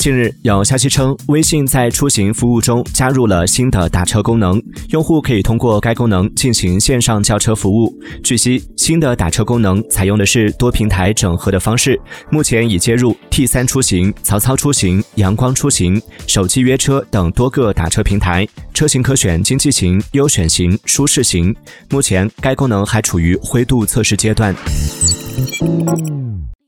近日，有消息称，微信在出行服务中加入了新的打车功能，用户可以通过该功能进行线上叫车服务。据悉，新的打车功能采用的是多平台整合的方式，目前已接入 T3 出行、曹操出行、阳光出行、手机约车等多个打车平台，车型可选经济型、优选型、舒适型。目前，该功能还处于灰度测试阶段。